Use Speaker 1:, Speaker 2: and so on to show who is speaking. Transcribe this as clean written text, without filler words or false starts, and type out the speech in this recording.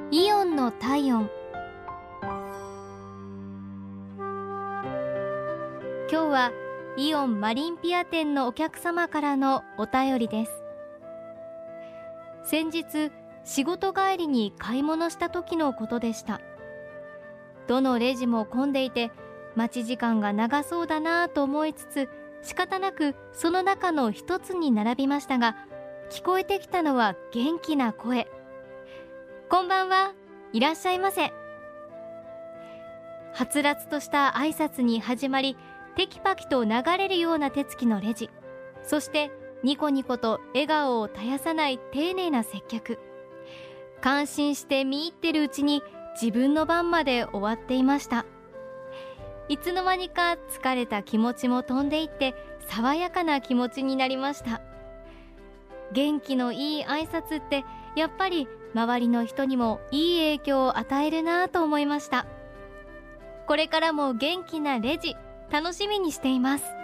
Speaker 1: イオンの体温。今日はイオンマリンピア店のお客様からのお便りです。先日仕事帰りに買い物した時のことでした。どのレジも混んでいて待ち時間が長そうだなと思いつつ、仕方なくその中の一つに並びましたが、聞こえてきたのは元気な声。こんばんは、いらっしゃいませ。はつらつとした挨拶に始まり、テキパキと流れるような手つきのレジ、そしてニコニコと笑顔を絶やさない丁寧な接客。感心して見入ってるうちに自分の番まで終わっていました。いつの間にか疲れた気持ちも飛んでいって、爽やかな気持ちになりました。元気のいい挨拶ってやっぱり周りの人にもいい影響を与えるなと思いました。これからも元気なレジ楽しみにしています。